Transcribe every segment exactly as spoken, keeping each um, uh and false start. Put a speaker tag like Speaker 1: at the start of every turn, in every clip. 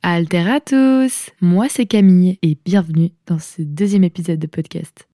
Speaker 1: Alter à tous, moi c'est Camille et bienvenue dans ce deuxième épisode de podcast.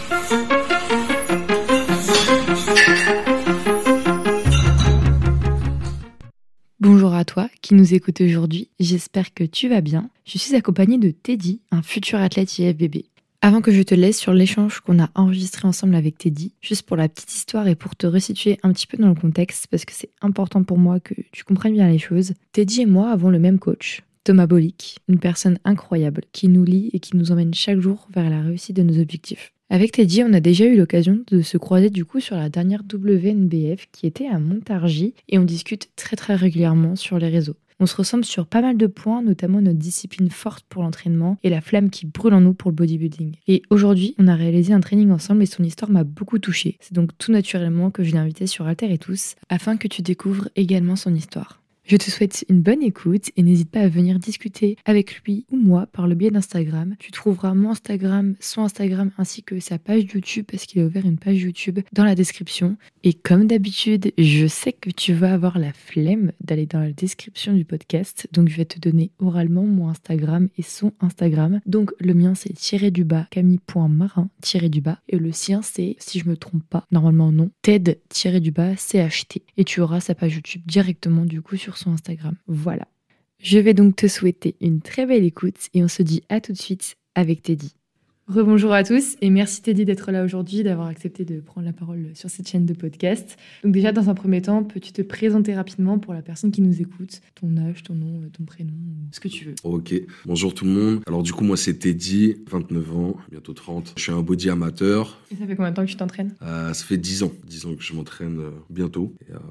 Speaker 1: Bonjour à toi qui nous écoute aujourd'hui, j'espère que tu vas bien. Je suis accompagnée de Teddy, un futur athlète I F B B. Avant que je te laisse sur l'échange qu'on a enregistré ensemble avec Teddy, juste pour la petite histoire et pour te resituer un petit peu dans le contexte, parce que c'est important pour moi que tu comprennes bien les choses, Teddy et moi avons le même coach, Thomas Bolick, une personne incroyable qui nous lie et qui nous emmène chaque jour vers la réussite de nos objectifs. Avec Teddy, on a déjà eu l'occasion de se croiser du coup sur la dernière W N B F qui était à Montargis et on discute très très régulièrement sur les réseaux. On se ressemble sur pas mal de points, notamment notre discipline forte pour l'entraînement et la flamme qui brûle en nous pour le bodybuilding. Et aujourd'hui, on a réalisé un training ensemble et son histoire m'a beaucoup touchée. C'est donc tout naturellement que je l'ai invité sur Alter et tous, afin que tu découvres également son histoire. Je te souhaite une bonne écoute et n'hésite pas à venir discuter avec lui ou moi par le biais d'Instagram. Tu trouveras mon Instagram, son Instagram ainsi que sa page YouTube parce qu'il a ouvert une page YouTube dans la description. Et comme d'habitude, je sais que tu vas avoir la flemme d'aller dans la description du podcast. Donc je vais te donner oralement mon Instagram et son Instagram. Donc le mien c'est tiré du bas camille.marin tiré du bas et le sien c'est, si je me trompe pas, normalement non, ted tiré du bas C H T. Et tu auras sa page YouTube directement du coup sur son Instagram. Voilà. Je vais donc te souhaiter une très belle écoute et on se dit à tout de suite avec Teddy. Rebonjour à tous et merci Teddy d'être là aujourd'hui, d'avoir accepté de prendre la parole sur cette chaîne de podcast. Donc déjà dans un premier temps, peux-tu te présenter rapidement pour la personne qui nous écoute, ton âge, ton nom, ton prénom, ce que tu veux.
Speaker 2: Ok, bonjour tout le monde. Alors du coup moi c'est Teddy, vingt-neuf ans, bientôt trente. Je suis un body amateur.
Speaker 1: Et ça fait combien de temps que tu t'entraînes ?
Speaker 2: euh, Ça fait dix ans, dix ans que je m'entraîne euh, bientôt. Et, euh...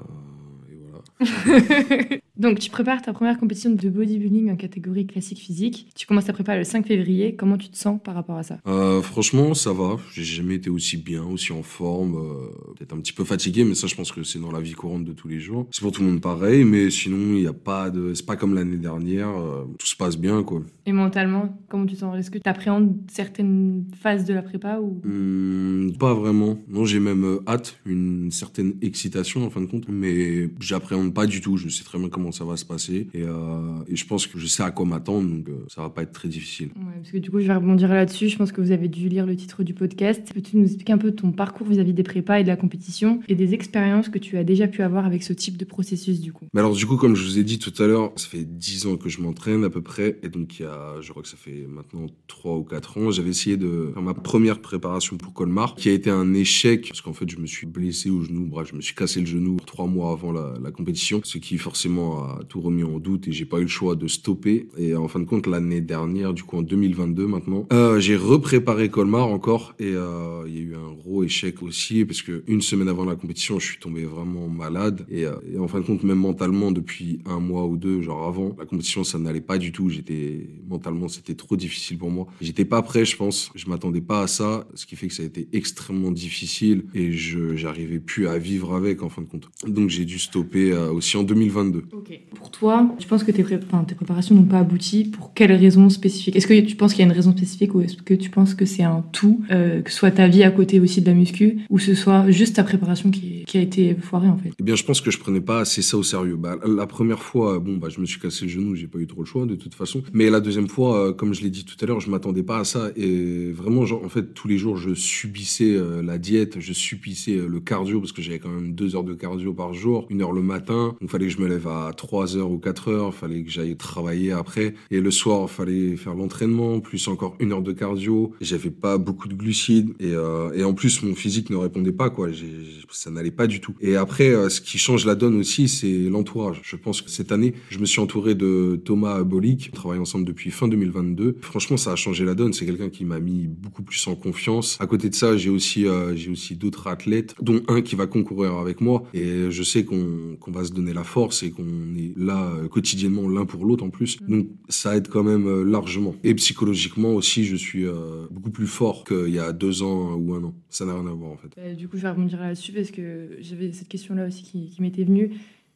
Speaker 1: Donc, tu prépares ta première compétition de bodybuilding en catégorie classique physique. Tu commences à préparer le cinq février. Comment tu te sens par rapport à ça ?
Speaker 2: euh, Franchement, ça va. J'ai jamais été aussi bien, aussi en forme. Euh, peut-être un petit peu fatigué, mais ça, je pense que c'est dans la vie courante de tous les jours. C'est pour tout le monde pareil, mais sinon, il y a pas de. C'est pas comme l'année dernière. Euh, tout se passe bien, quoi.
Speaker 1: Et mentalement, comment tu te sens ? Est-ce que tu appréhendes certaines phases de la prépa ou
Speaker 2: Hum, Pas vraiment. Non, j'ai même euh, hâte, une certaine excitation en fin de compte, mais j'appréhende pas du tout. Je sais très bien comment ça va se passer et, euh, et je pense que je sais à quoi m'attendre, donc euh, ça va pas être très difficile.
Speaker 1: Ouais, parce que du coup, je vais rebondir là-dessus. Je pense que vous avez dû lire le titre du podcast. Peux-tu nous expliquer un peu ton parcours vis-à-vis des prépas et de la compétition et des expériences que tu as déjà pu avoir avec ce type de processus du coup ?
Speaker 2: Mais alors du coup, comme je vous ai dit tout à l'heure, ça fait dix ans que je m'entraîne à peu près et donc il y a, je crois que ça fait maintenant trois ou quatre ans, j'avais essayé de faire ma première préparation pour Colmar qui a été un échec parce qu'en fait je me suis blessé au genou, bref, je me suis cassé le genou trois mois avant la, la compétition, ce qui forcément a tout remis en doute et j'ai pas eu le choix de stopper. Et en fin de compte, l'année dernière, du coup en deux mille vingt-deux maintenant, euh, j'ai repréparé Colmar encore et euh, il y a eu un gros échec aussi parce que une semaine avant la compétition, je suis tombé vraiment malade et, euh, et en fin de compte, même mentalement depuis un mois ou deux, genre avant la compétition, ça n'allait pas du tout. J'étais mentalement, c'était trop difficile pour moi. J'étais pas prêt, je pense. Je m'attendais pas à ça, ce qui fait que ça a été extrêmement difficile et je j'arrivais plus à vivre avec en fin de compte. Donc j'ai dû stopper euh, aussi en deux mille vingt-deux.
Speaker 1: Ok. Pour toi, tu penses que tes, pré- enfin, tes préparations n'ont pas abouti pour quelles raisons spécifiques ? Est-ce que tu penses qu'il y a une raison spécifique ou est-ce que tu penses que c'est un tout, euh, que ce soit ta vie à côté aussi de la muscu ou ce soit juste ta préparation qui, qui a été foirée en fait ?
Speaker 2: Eh bien, je pense que je prenais pas assez ça au sérieux. Bah, la première fois, bon, bah, je me suis cassé le genou, j'ai pas eu trop le choix de toute façon. Mais la deuxième fois, euh, comme je l'ai dit tout à l'heure, je m'attendais pas à ça et vraiment, genre, en fait, tous les jours, je subissais euh, la diète, je subissais euh, le cardio parce que j'avais quand même deux heures de cardio par jour, une heure le matin. Donc, fallait que je me lève à trois heures ou quatre heures, fallait que j'aille travailler après. Et le soir, fallait faire l'entraînement, plus encore une heure de cardio. J'avais pas beaucoup de glucides et, euh, et en plus, mon physique ne répondait pas, quoi. J'ai, ça n'allait pas du tout. Et après, euh, ce qui change la donne aussi, c'est l'entourage. Je pense que cette année, je me suis entouré de Thomas Bolick. On travaille ensemble depuis fin deux mille vingt-deux. Franchement, ça a changé la donne. C'est quelqu'un qui m'a mis beaucoup plus en confiance. À côté de ça, j'ai aussi, euh, j'ai aussi d'autres athlètes, dont un qui va concourir avec moi. Et je sais qu'on, qu'on va se donner la force et qu'on est là euh, quotidiennement l'un pour l'autre en plus. Donc, ça aide quand même euh, largement. Et psychologiquement aussi, je suis euh, beaucoup plus fort qu'il y a deux ans ou un an. Ça n'a rien à voir en fait.
Speaker 1: Euh, du coup, je vais rebondir là-dessus parce que j'avais cette question-là aussi qui, qui m'était venue.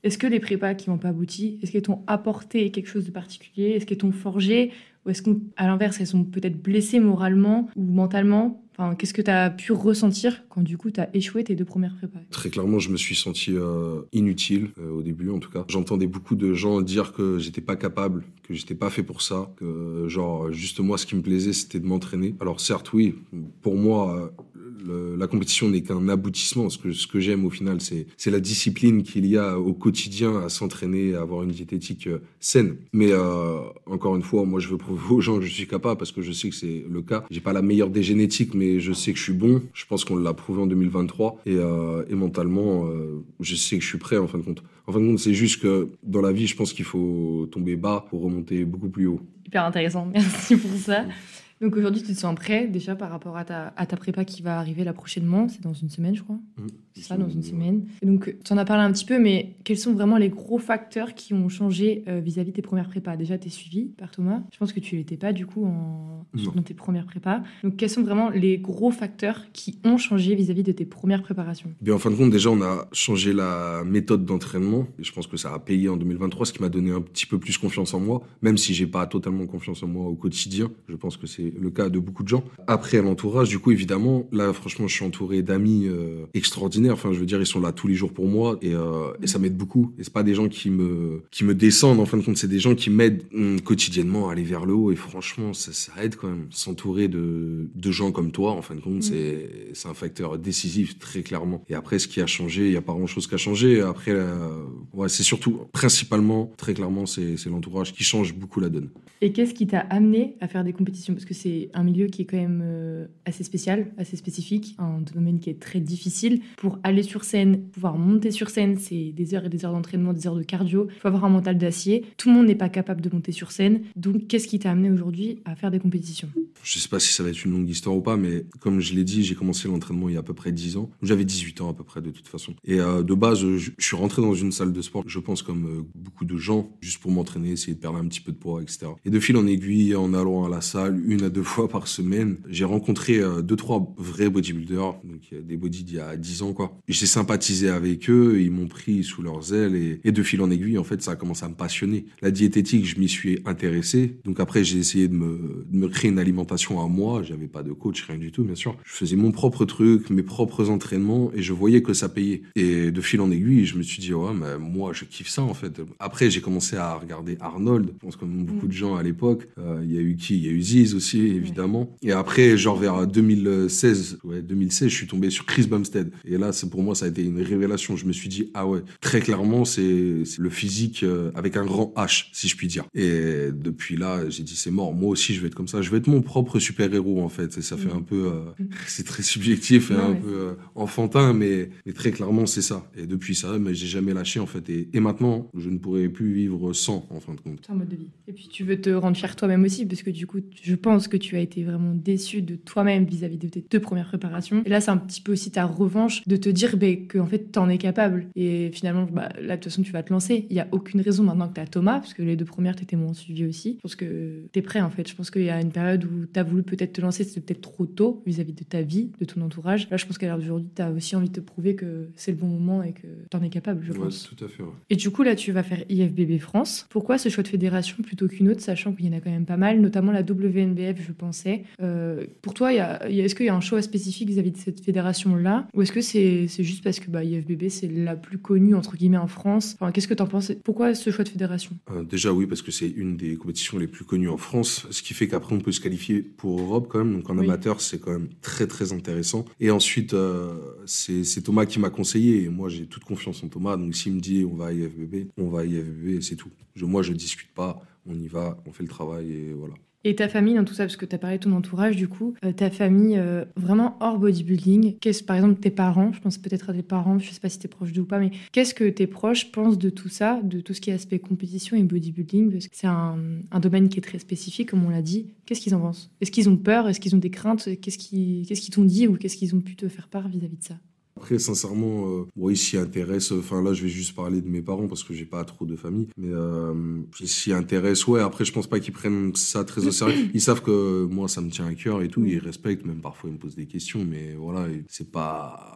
Speaker 1: Est-ce que les prépas qui n'ont pas abouti, est-ce qu'elles t'ont apporté quelque chose de particulier? Est-ce qu'elles t'ont forgé? Ou est-ce qu'à l'inverse, elles sont peut-être blessées moralement ou mentalement? Enfin, qu'est-ce que tu as pu ressentir quand du coup tu as échoué tes deux premières prépas?
Speaker 2: Très clairement, je me suis senti euh, inutile euh, au début en tout cas. J'entendais beaucoup de gens dire que j'étais pas capable, que j'étais pas fait pour ça, que genre juste moi ce qui me plaisait c'était de m'entraîner. Alors certes oui, pour moi le, la compétition n'est qu'un aboutissement. Ce que, ce que j'aime au final c'est, c'est la discipline qu'il y a au quotidien à s'entraîner, à avoir une diététique euh, saine. Mais euh, encore une fois, moi je veux prouver aux gens que je suis capable parce que je sais que c'est le cas. J'ai pas la meilleure des génétiques mais je sais que je suis bon. Je pense qu'on l'a prouvé en deux mille vingt-trois et, euh, et mentalement, euh, je sais que je suis prêt en fin de compte. En fin de compte, c'est juste que dans la vie, je pense qu'il faut tomber bas pour remonter beaucoup plus haut.
Speaker 1: Hyper intéressant, merci pour ça. Donc aujourd'hui, tu te sens prêt déjà par rapport à ta, à ta prépa qui va arriver là prochainement. C'est dans une semaine, je crois. Mmh. C'est ça, dans une semaine. Et donc, tu en as parlé un petit peu, mais quels sont vraiment les gros facteurs qui ont changé euh, vis-à-vis de tes premières prépas? Déjà, tu es suivi par Thomas. Je pense que tu l'étais pas du coup en... dans tes premières prépas. Donc, quels sont vraiment les gros facteurs qui ont changé vis-à-vis de tes premières préparations?
Speaker 2: Bien, en fin de compte, déjà, on a changé la méthode d'entraînement. Et je pense que ça a payé en deux mille vingt-trois, ce qui m'a donné un petit peu plus confiance en moi, même si j'ai pas totalement confiance en moi au quotidien. Je pense que c'est le cas de beaucoup de gens. Après, l'entourage, du coup, évidemment, là, franchement, je suis entouré d'amis euh, extraordinaires. Enfin, je veux dire, ils sont là tous les jours pour moi et, euh, et ça m'aide beaucoup. Et c'est pas des gens qui me, qui me descendent, en fin de compte, c'est des gens qui m'aident hum, quotidiennement à aller vers le haut. Et franchement, ça, ça aide quand même. S'entourer de, de gens comme toi, en fin de compte, mmh. c'est, c'est un facteur décisif, très clairement. Et après, ce qui a changé, il y a pas grand-chose qui a changé. Après, euh, ouais, c'est surtout, principalement, très clairement, c'est, c'est l'entourage qui change beaucoup la donne.
Speaker 1: Et qu'est-ce qui t'a amené à faire des compétitions? Parce que c'est un milieu qui est quand même euh, assez spécial, assez spécifique, un domaine qui est très difficile. Pour aller sur scène, pouvoir monter sur scène, c'est des heures et des heures d'entraînement, des heures de cardio. Il faut avoir un mental d'acier. Tout le monde n'est pas capable de monter sur scène. Donc, qu'est-ce qui t'a amené aujourd'hui à faire des compétitions?
Speaker 2: Je sais pas si ça va être une longue histoire ou pas, mais comme je l'ai dit, j'ai commencé l'entraînement il y a à peu près dix ans. J'avais dix-huit ans à peu près de toute façon. Et euh, de base, je, je suis rentré dans une salle de sport, je pense comme euh, beaucoup de gens, juste pour m'entraîner, essayer de perdre un petit peu de poids, et cetera. Et de fil en aiguille, en allant à la salle une à deux fois par semaine, j'ai rencontré euh, deux, trois vrais bodybuilders, donc des body d'il y a dix ans, quoi. Et j'ai sympathisé avec eux, ils m'ont pris sous leurs ailes et, et de fil en aiguille, en fait, ça a commencé à me passionner. La diététique, je m'y suis intéressé. Donc après, j'ai essayé de me, de me créer une alimentation à moi. J'avais pas de coach, rien du tout, bien sûr. Je faisais mon propre truc, mes propres entraînements et je voyais que ça payait. Et de fil en aiguille, je me suis dit, ouais, mais moi, je kiffe ça, en fait. Après, j'ai commencé à regarder Arnold. Je pense comme beaucoup de gens à l'époque. Euh, il y a eu qui? Il y a eu Ziz aussi, évidemment. Et après, genre vers deux mille seize, ouais, deux mille seize, je suis tombé sur Chris Bumstead. Et là, c'est, pour moi, ça a été une révélation. Je me suis dit, ah ouais, très clairement, c'est, c'est le physique euh, avec un grand H, si je puis dire. Et depuis là, j'ai dit, c'est mort. Moi aussi, je vais être comme ça. Je vais être mon propre super-héros, en fait. Et ça fait un peu... Euh, c'est très subjectif et non, un peu euh, enfantin, mais, mais très clairement, c'est ça. Et depuis ça, mais j'ai jamais lâché, en fait. Et, et maintenant, je ne pourrais plus vivre sans, en fin de compte.
Speaker 1: C'est un mode de vie. Et puis, tu veux te rendre fier toi-même aussi, parce que du coup, je pense que tu as été vraiment déçu de toi-même vis-à-vis de tes deux premières préparations. Et là, c'est un petit peu aussi ta revanche de te dire bah, qu'en fait, t'en es capable. Et finalement, bah, là, de toute façon, tu vas te lancer. Il n'y a aucune raison maintenant que tu as Thomas, parce que les deux premières, tu étais moins suivi aussi. Je pense que tu es prêt, en fait. Je pense qu'il y a une période où tu as voulu peut-être te lancer, c'était peut-être trop tôt vis-à-vis de ta vie, de ton entourage. Là, je pense qu'à l'heure d'aujourd'hui, tu as aussi envie de te prouver que c'est le bon moment et que tu en es capable, je
Speaker 2: ouais,
Speaker 1: pense.
Speaker 2: Tout à fait, ouais.
Speaker 1: Et du coup, là, tu vas faire I F B B France. Pourquoi ce choix de fédération plutôt qu'une autre, sachant qu'il y en a quand même pas mal, notamment la W N B F, je pensais. Euh, pour toi, y a, y a, est-ce qu'il y a un choix spécifique vis-à-vis de cette fédération-là, ou est-ce que c'est, c'est juste parce que bah, I F B B, c'est la plus connue, entre guillemets, en France? Enfin, qu'est-ce que tu en penses? Pourquoi ce choix de fédération?
Speaker 2: euh, Déjà, oui, parce que c'est une des compétitions les plus connues en France, ce qui fait qu'après, on peut se qualifier pour Europe quand même. Donc, en oui. amateur, c'est quand même très, très intéressant. Et ensuite, euh, c'est, c'est Thomas qui m'a conseillé. Et moi, j'ai toute confiance en Thomas. Donc, s'il me dit on va à I F B B, on va à I F B B et c'est tout. Je, moi, je discute pas. On y va, on fait le travail et voilà.
Speaker 1: Et ta famille dans tout ça, parce que tu as parlé de ton entourage, du coup, euh, ta famille euh, vraiment hors bodybuilding, qu'est-ce, par exemple, tes parents, je pense peut-être à tes parents, je sais pas si t'es proche d'eux ou pas, mais qu'est-ce que tes proches pensent de tout ça, de tout ce qui est aspect compétition et bodybuilding, parce que c'est un, un domaine qui est très spécifique, comme on l'a dit. Qu'est-ce qu'ils en pensent? Est-ce qu'ils ont peur? Est-ce qu'ils ont des craintes? Qu'est-ce qu'ils, qu'est-ce qu'ils t'ont dit ou qu'est-ce qu'ils ont pu te faire part vis-à-vis de ça?
Speaker 2: Après, sincèrement, euh, ouais, ils s'y intéressent. Enfin, là, je vais juste parler de mes parents parce que j'ai pas trop de famille. Mais euh, ils s'y intéressent, ouais. Après, je pense pas qu'ils prennent ça très au sérieux. Ils savent que moi, ça me tient à cœur et tout. Ils respectent, même parfois, ils me posent des questions. Mais voilà, c'est pas...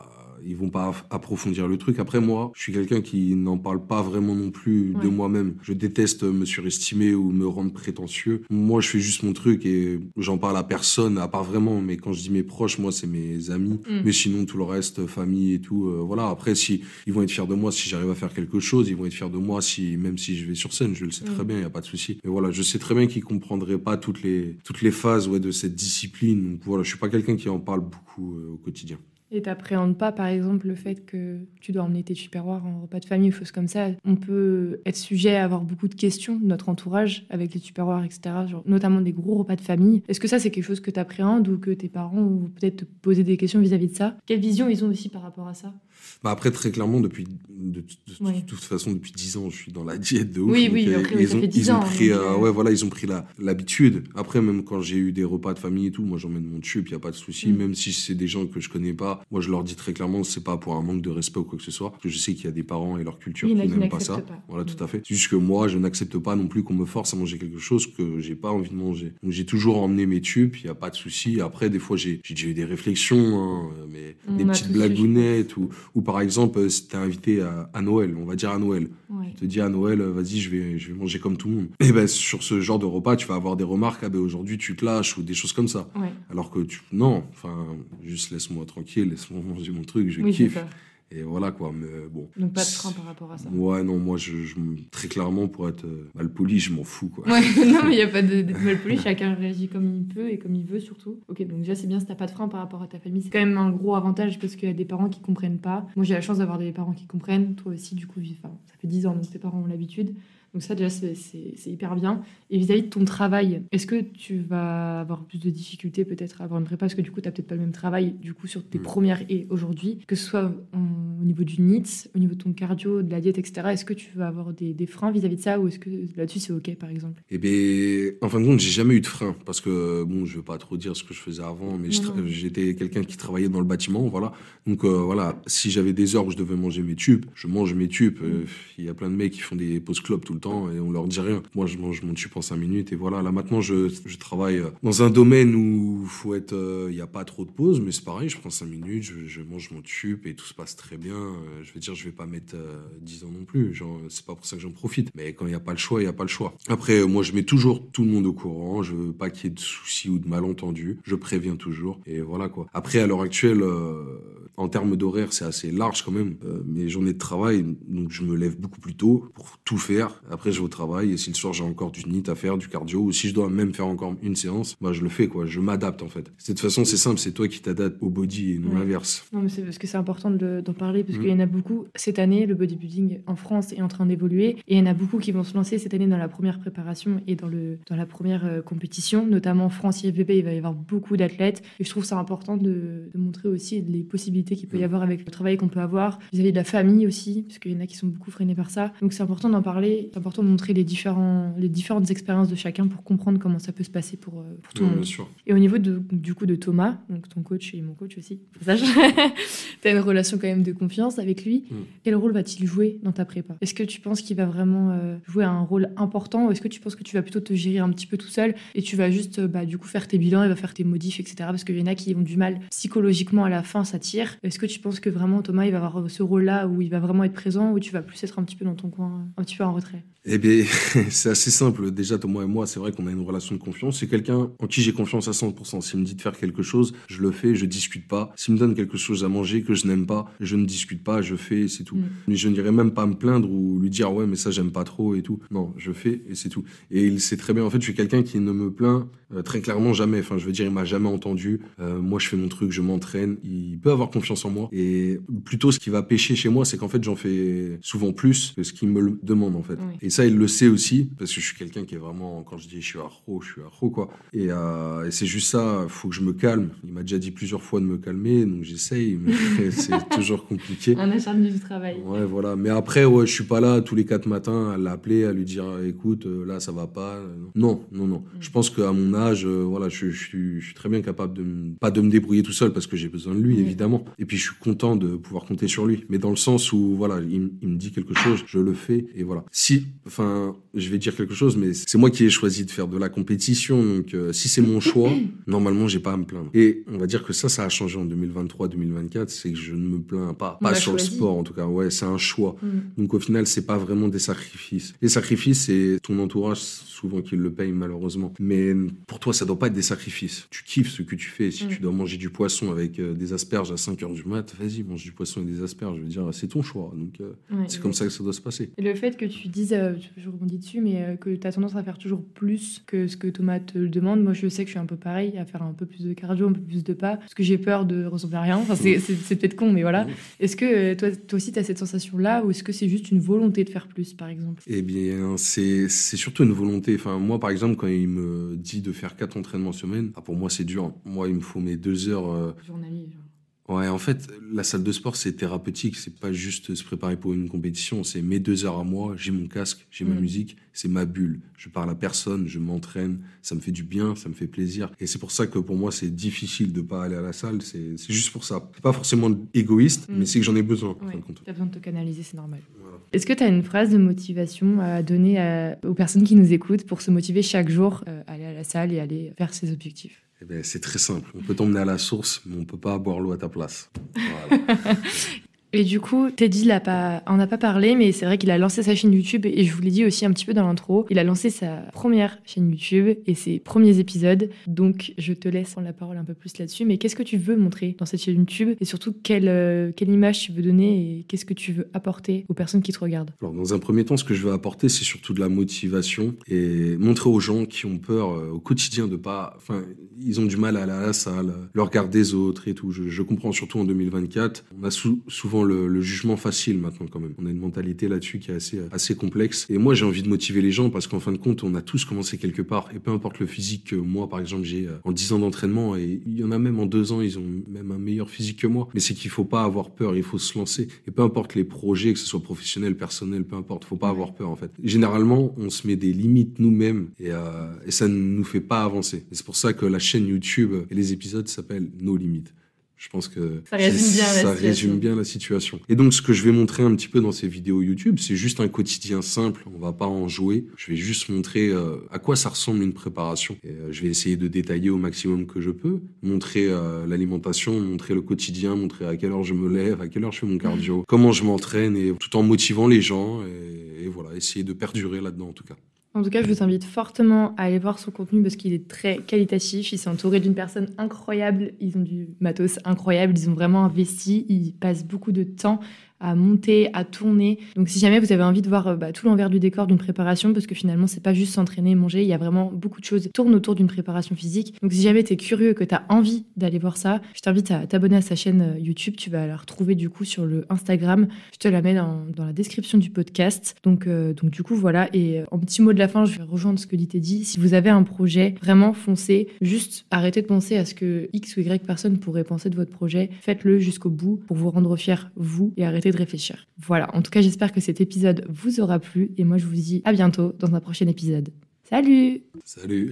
Speaker 2: ils vont pas approfondir le truc. Après, moi, je suis quelqu'un qui n'en parle pas vraiment non plus ouais. de moi-même. Je déteste me surestimer ou me rendre prétentieux. Moi, je fais juste mon truc et j'en parle à personne, à part vraiment, mais quand je dis mes proches, moi, c'est mes amis. Mm. Mais sinon, tout le reste, famille et tout, euh, voilà. Après, si ils vont être fiers de moi si j'arrive à faire quelque chose, ils vont être fiers de moi si, même si je vais sur scène, je le sais mm. très bien, il n'y a pas de souci. Mais voilà, je sais très bien qu'ils comprendraient pas toutes les, toutes les phases ouais, de cette discipline. Donc voilà, je suis pas quelqu'un qui en parle beaucoup euh, au quotidien.
Speaker 1: Et t'appréhendes pas, par exemple, le fait que tu dois emmener tes tupperwares en repas de famille ou choses comme ça. On peut être sujet à avoir beaucoup de questions de notre entourage avec les tupperwares, et cetera, genre, notamment des gros repas de famille. Est-ce que ça, c'est quelque chose que t'appréhendes ou que tes parents vont peut-être te poser des questions vis-à-vis de ça? Quelle vision ils ont aussi par rapport à ça?
Speaker 2: Bah après, très clairement, depuis, de, de, de, ouais. de toute façon, depuis dix ans, je suis dans la diète de ouf.
Speaker 1: Oui, oui,
Speaker 2: donc,
Speaker 1: après,
Speaker 2: ils,
Speaker 1: ça
Speaker 2: ont,
Speaker 1: fait dix
Speaker 2: ils
Speaker 1: ans.
Speaker 2: ont pris,
Speaker 1: donc,
Speaker 2: euh, ouais, voilà, ils ont pris la, l'habitude. Après, même quand j'ai eu des repas de famille et tout, moi, j'emmène mon tube, il n'y a pas de souci. Mm. Même si c'est des gens que je connais pas, moi, je leur dis très clairement, c'est pas pour un manque de respect ou quoi que ce soit. Parce que je sais qu'il y a des parents et leur culture oui, qui n'aiment pas ça. Pas. Voilà, mm. tout à fait. C'est juste que moi, je n'accepte pas non plus qu'on me force à manger quelque chose que j'ai pas envie de manger. Donc, j'ai toujours emmené mes tubes, il n'y a pas de souci. Après, des fois, j'ai, j'ai déjà eu des réflexions, hein, mais On des petites blagounettes ou, ou par exemple, t'es invité à, à Noël, on va dire à Noël. Ouais. Je te dis à Noël, vas-y, je vais, je vais manger comme tout le monde. Et ben sur ce genre de repas, tu vas avoir des remarques, ah ben aujourd'hui tu te lâches ou des choses comme ça. Ouais. Alors que tu, non, enfin, juste laisse-moi tranquille, laisse-moi manger mon truc, je oui, kiffe. Et voilà quoi, mais bon.
Speaker 1: Donc pas de frein par rapport à ça.
Speaker 2: Ouais, non, moi, je, je très clairement, pour être euh, mal poli, je m'en fous quoi.
Speaker 1: Ouais, non, mais il n'y a pas de, de mal poli, chacun réagit comme il peut et comme il veut surtout. Ok, donc déjà, c'est bien si t'as pas de frein par rapport à ta famille. C'est quand même un gros avantage parce qu'il y a des parents qui comprennent pas. Moi, j'ai la chance d'avoir des parents qui comprennent. Toi aussi, du coup, enfin, ça fait dix ans, donc tes parents ont l'habitude. Donc ça, déjà, c'est, c'est, c'est hyper bien. Et vis-à-vis de ton travail, est-ce que tu vas avoir plus de difficultés peut-être à avoir une prépa? Parce que du coup, tu n'as peut-être pas le même travail du coup, sur tes mmh. premières et aujourd'hui, que ce soit en, au niveau du N I T S, au niveau de ton cardio, de la diète, et cetera. Est-ce que tu vas avoir des, des freins vis-à-vis de ça ou est-ce que là-dessus, c'est OK, par exemple?
Speaker 2: Eh bien, en fin de compte, j'ai jamais eu de frein parce que, bon, je ne veux pas trop dire ce que je faisais avant, mais je tra- j'étais quelqu'un qui travaillait dans le bâtiment, voilà. Donc, euh, voilà, si j'avais des heures où je devais manger mes tubes, je mange mes tubes. Il mmh. euh, y a plein de mecs qui font des pauses clopes tout le temps et on leur dit rien. Moi, je mange mon tube en cinq minutes et voilà. Là, maintenant, je, je travaille dans un domaine où il faut être, il euh, n'y a pas trop de pauses, mais c'est pareil, je prends cinq minutes, je, je mange mon tube et tout se passe très bien. Euh, je veux dire, je vais pas mettre euh, dix ans non plus. Genre, c'est pas pour ça que j'en profite. Mais quand il n'y a pas le choix, il n'y a pas le choix. Après, euh, moi, je mets toujours tout le monde au courant. Je veux pas qu'il y ait de soucis ou de malentendus. Je préviens toujours. Et voilà, quoi. Après, à l'heure actuelle, euh, en termes d'horaire, c'est assez large quand même. Euh, mes journées de travail, donc je me lève beaucoup plus tôt pour tout faire. Après, je vais au travail et si le soir j'ai encore du N I T à faire, du cardio, ou si je dois même faire encore une séance, bah je le fais, quoi. Je m'adapte en fait. De toute façon, c'est simple, c'est toi qui t'adaptes au body et non ouais. l'inverse.
Speaker 1: Non, mais c'est parce que c'est important de, d'en parler parce mmh. qu'il y en a beaucoup. Cette année, le bodybuilding en France est en train d'évoluer et il y en a beaucoup qui vont se lancer cette année dans la première préparation et dans, le, dans la première euh, compétition, notamment France I F B B. Il va y avoir beaucoup d'athlètes et je trouve ça important de, de montrer aussi les possibilités qu'il peut y avoir avec le travail qu'on peut avoir vis-à-vis de la famille aussi, parce qu'il y en a qui sont beaucoup freinés par ça. Donc c'est important d'en parler, c'est important de montrer les, différents, les différentes expériences de chacun pour comprendre comment ça peut se passer pour, pour tout le monde.
Speaker 2: Bien sûr.
Speaker 1: Et au niveau de, du coup de Thomas, donc ton coach et mon coach aussi, tu as une relation quand même de confiance avec lui. Mm. Quel rôle va-t-il jouer dans ta prépa? Est-ce que tu penses qu'il va vraiment euh, jouer un rôle important ou est-ce que tu penses que tu vas plutôt te gérer un petit peu tout seul et tu vas juste bah, du coup faire tes bilans, il va faire tes modifs, et cetera. Parce qu'il y en a qui ont du mal psychologiquement à la fin, ça tire. Est-ce que tu penses que vraiment Thomas il va avoir ce rôle-là où il va vraiment être présent ou tu vas plus être un petit peu dans ton coin, un petit peu en retrait?
Speaker 2: Eh bien, c'est assez simple. Déjà, Thomas et moi, c'est vrai qu'on a une relation de confiance. C'est quelqu'un en qui j'ai confiance à cent pour cent. S'il me dit de faire quelque chose, je le fais, je discute pas. S'il me donne quelque chose à manger que je n'aime pas, je ne discute pas, je fais et c'est tout. Mm. Mais je n'irai même pas me plaindre ou lui dire « ouais, mais ça, j'aime pas trop et tout ». Non, je fais et c'est tout. Et il sait très bien. En fait, je suis quelqu'un qui ne me plaint euh, très clairement jamais. Enfin, je veux dire, il m'a jamais entendu. Euh, moi, je fais mon truc, je m'entraîne. Il peut avoir confiance en moi. Et plutôt, ce qui va pêcher chez moi, c'est qu'en fait, j'en fais souvent plus que ce qu'il me le demande, en fait. Oui. Et ça, il le sait aussi, parce que je suis quelqu'un qui est vraiment, quand je dis je suis accro, je suis accro, quoi. Et, euh, et c'est juste ça, il faut que je me calme. Il m'a déjà dit plusieurs fois de me calmer, donc j'essaye, mais c'est toujours compliqué.
Speaker 1: Un acharné du travail.
Speaker 2: Ouais, voilà. Mais après, ouais, je suis pas là tous les quatre matins à l'appeler, à lui dire, écoute, là, ça va pas. Non, non, non. Mm. Je pense qu'à mon âge, euh, voilà, je, je, suis, je suis très bien capable de me, pas de me débrouiller tout seul, parce que j'ai besoin de lui, mm. évidemment. Et puis, je suis content de pouvoir compter sur lui. Mais dans le sens où, voilà, il, il me dit quelque chose, je le fais, et voilà. Si si, enfin, je vais dire quelque chose, mais c'est moi qui ai choisi de faire de la compétition, donc euh, si c'est mon choix, normalement, j'ai pas à me plaindre. Et on va dire que ça, ça a changé en deux mille vingt-trois deux mille vingt-quatre, c'est que je ne me plains pas,
Speaker 1: On
Speaker 2: pas
Speaker 1: l'a
Speaker 2: sur
Speaker 1: choisi.
Speaker 2: le sport en tout cas, ouais, c'est un choix.
Speaker 1: Mm.
Speaker 2: Donc au final, c'est pas vraiment des sacrifices. Les sacrifices, c'est ton entourage souvent qui le paye malheureusement. Mais pour toi, ça doit pas être des sacrifices. Tu kiffes ce que tu fais. Si
Speaker 1: Mm.
Speaker 2: tu dois manger du poisson avec euh, des asperges à cinq heures du mat, vas-y, mange du poisson et des asperges. Je veux dire, c'est ton choix. Donc euh,
Speaker 1: Ouais,
Speaker 2: c'est
Speaker 1: ouais.
Speaker 2: comme ça que ça doit se passer.
Speaker 1: Et le fait que tu dises, euh, je rebondis dessus, mais euh, que tu as tendance à faire toujours plus que ce que Thomas te le demande. Moi, je sais que je suis un peu pareil, à faire un peu plus de cardio, un peu plus de pas, parce que j'ai peur de ressembler à rien. Enfin, c'est, c'est, c'est peut-être con, mais voilà.
Speaker 2: Mmh.
Speaker 1: Est-ce que euh, toi, toi aussi, tu as cette sensation-là, ou est-ce que c'est juste une volonté de faire plus, par exemple?
Speaker 2: Eh bien, c'est, c'est surtout une volonté. Enfin, moi, par exemple, quand il me dit de faire quatre entraînements semaine, ah, pour moi, c'est dur. Moi, il me faut mes deux heures. euh,
Speaker 1: Journalier, genre.
Speaker 2: Ouais, en fait, la salle de sport, c'est thérapeutique. C'est pas juste se préparer pour une compétition. C'est mes deux heures à moi. J'ai mon casque, j'ai ma
Speaker 1: Mm.
Speaker 2: musique. C'est ma bulle. Je parle à personne, je m'entraîne. Ça me fait du bien, ça me fait plaisir. Et c'est pour ça que pour moi, c'est difficile de pas aller à la salle. C'est, c'est juste pour ça. C'est pas forcément égoïste,
Speaker 1: Mm.
Speaker 2: mais c'est que j'en ai besoin, en fin
Speaker 1: Ouais,
Speaker 2: de compte.
Speaker 1: tu as besoin de te canaliser, c'est normal.
Speaker 2: Voilà.
Speaker 1: Est-ce que tu as une phrase de motivation à donner à- aux personnes qui nous écoutent pour se motiver chaque jour euh, à aller à la salle et aller vers ses objectifs?
Speaker 2: Eh ben, c'est très simple. On peut t'emmener à la source, mais on peut pas boire l'eau à ta place. Voilà.
Speaker 1: Et du coup, Teddy l'a pas, en a pas parlé, mais c'est vrai qu'il a lancé sa chaîne YouTube et je vous l'ai dit aussi un petit peu dans l'intro. Il a lancé sa première chaîne YouTube et ses premiers épisodes. Donc, je te laisse prendre la parole un peu plus là-dessus. Mais qu'est-ce que tu veux montrer dans cette chaîne YouTube et surtout quelle, euh, quelle image tu veux donner et qu'est-ce que tu veux apporter aux personnes qui te regardent?
Speaker 2: Alors, dans un premier temps, ce que je veux apporter, c'est surtout de la motivation et montrer aux gens qui ont peur euh, au quotidien de pas. Enfin, ils ont du mal à aller à la salle, le regard des autres et tout. Je, je comprends surtout en deux mille vingt-quatre. On a sou- souvent le, le jugement facile maintenant, quand même. On a une mentalité là-dessus qui est assez, assez complexe. Et moi, j'ai envie de motiver les gens parce qu'en fin de compte, on a tous commencé quelque part. Et peu importe le physique que moi, par exemple, j'ai euh, en dix ans d'entraînement, et il y en a même en deux ans, ils ont même un meilleur physique que moi. Mais c'est qu'il faut pas avoir peur, il faut se lancer. Et peu importe les projets, que ce soit professionnel, personnel, peu importe, faut pas avoir peur, en fait. Généralement, on se met des limites nous-mêmes et, euh, et ça ne nous fait pas avancer. Et c'est pour ça que la chaîne YouTube et les épisodes s'appellent Nos Limites. Je pense que
Speaker 1: Ça résume bien la
Speaker 2: ça
Speaker 1: situation.
Speaker 2: résume bien la situation. Et donc, ce que je vais montrer un petit peu dans ces vidéos YouTube, c'est juste un quotidien simple. On va pas en jouer. Je vais juste montrer euh, à quoi ça ressemble une préparation. Et, euh, je vais essayer de détailler au maximum que je peux. Montrer euh, l'alimentation, montrer le quotidien, montrer à quelle heure je me lève, à quelle heure je fais mon cardio, comment je m'entraîne, et tout en motivant les gens. Et, et voilà, essayer de perdurer là-dedans en tout cas.
Speaker 1: En tout cas, je vous invite fortement à aller voir son contenu parce qu'il est très qualitatif. Il s'est entouré d'une personne incroyable. Ils ont du matos incroyable. Ils ont vraiment investi. Ils passent beaucoup de temps à monter, à tourner. Donc si jamais vous avez envie de voir euh, bah, tout l'envers du décor d'une préparation, parce que finalement c'est pas juste s'entraîner et manger, il y a vraiment beaucoup de choses qui tournent autour d'une préparation physique. Donc si jamais t'es curieux, que t'as envie d'aller voir ça, je t'invite à t'abonner à sa chaîne euh, YouTube. Tu vas la retrouver du coup sur le Instagram. Je te la mets dans, dans la description du podcast. Donc, euh, donc du coup voilà. Et euh, en petit mot de la fin, je vais rejoindre ce que dit Teddy. Si vous avez un projet, vraiment foncez. Juste arrêtez de penser à ce que X ou Y personne pourrait penser de votre projet. Faites-le jusqu'au bout pour vous rendre fiers vous et arrêtez de réfléchir. Voilà, en tout cas, j'espère que cet épisode vous aura plu et moi, je vous dis à bientôt dans un prochain épisode. Salut!
Speaker 2: Salut.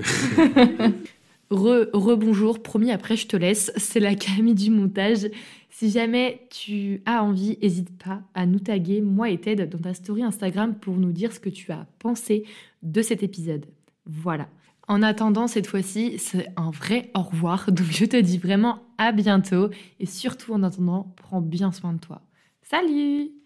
Speaker 1: Re, rebonjour, promis, après je te laisse, c'est la Camille du montage. Si jamais tu as envie, n'hésite pas à nous taguer, moi et Ted, dans ta story Instagram pour nous dire ce que tu as pensé de cet épisode. Voilà. En attendant, cette fois-ci, c'est un vrai au revoir, donc je te dis vraiment à bientôt et surtout en attendant, prends bien soin de toi. Salut!